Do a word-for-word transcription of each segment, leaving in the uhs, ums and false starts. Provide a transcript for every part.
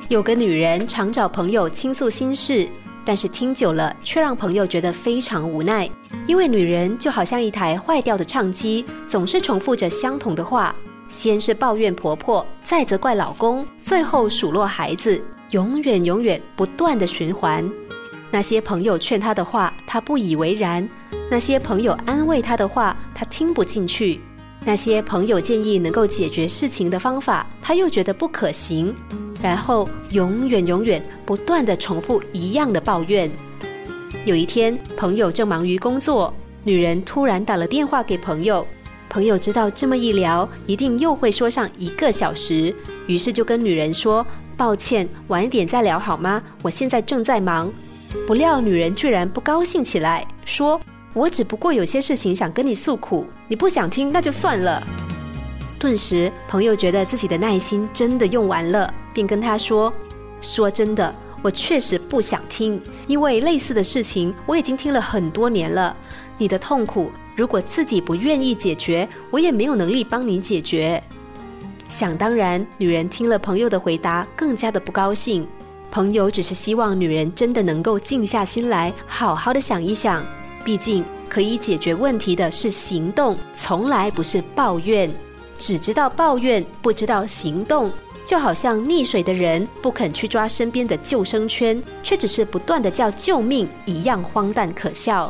有个女人常找朋友倾诉心事，但是听久了却让朋友觉得非常无奈，因为女人就好像一台坏掉的唱机，总是重复着相同的话，先是抱怨婆婆，再责怪老公，最后数落孩子，永远永远不断的循环。那些朋友劝她的话，她不以为然；那些朋友安慰她的话，她听不进去；那些朋友建议能够解决事情的方法，她又觉得不可行。然后永远永远不断地重复一样的抱怨。有一天，朋友正忙于工作，女人突然打了电话给朋友，朋友知道这么一聊一定又会说上一个小时，于是就跟女人说，抱歉，晚一点再聊好吗？我现在正在忙。不料女人居然不高兴起来，说，我只不过有些事情想跟你诉苦，你不想听那就算了。顿时朋友觉得自己的耐心真的用完了，便跟他说，说真的，我确实不想听，因为类似的事情我已经听了很多年了，你的痛苦如果自己不愿意解决，我也没有能力帮你解决。想当然，女人听了朋友的回答更加的不高兴。朋友只是希望女人真的能够静下心来，好好的想一想，毕竟可以解决问题的是行动，从来不是抱怨。只知道抱怨，不知道行动，就好像溺水的人不肯去抓身边的救生圈，却只是不断的叫救命一样荒诞可笑。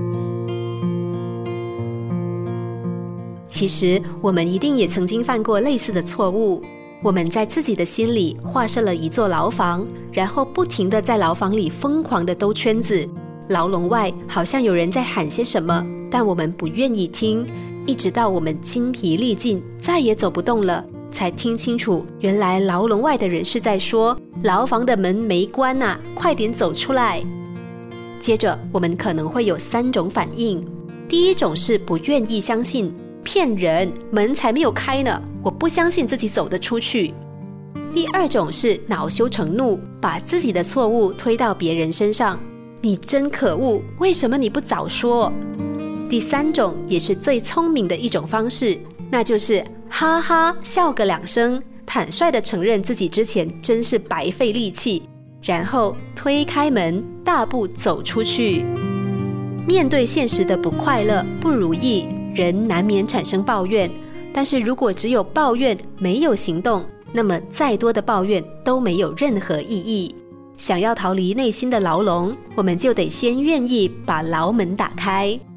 其实我们一定也曾经犯过类似的错误，我们在自己的心里画设了一座牢房，然后不停地在牢房里疯狂地兜圈子，牢笼外好像有人在喊些什么，但我们不愿意听，一直到我们筋疲力尽，再也走不动了，才听清楚，原来牢笼外的人是在说，牢房的门没关啊，快点走出来。接着我们可能会有三种反应，第一种是不愿意相信，骗人，门才没有开呢，我不相信自己走得出去。第二种是恼羞成怒，把自己的错误推到别人身上，你真可恶，为什么你不早说？第三种也是最聪明的一种方式，那就是哈哈笑个两声，坦率地承认自己之前真是白费力气，然后推开门，大步走出去。面对现实的不快乐、不如意，人难免产生抱怨，但是如果只有抱怨没有行动，那么再多的抱怨都没有任何意义。想要逃离内心的牢笼，我们就得先愿意把牢门打开。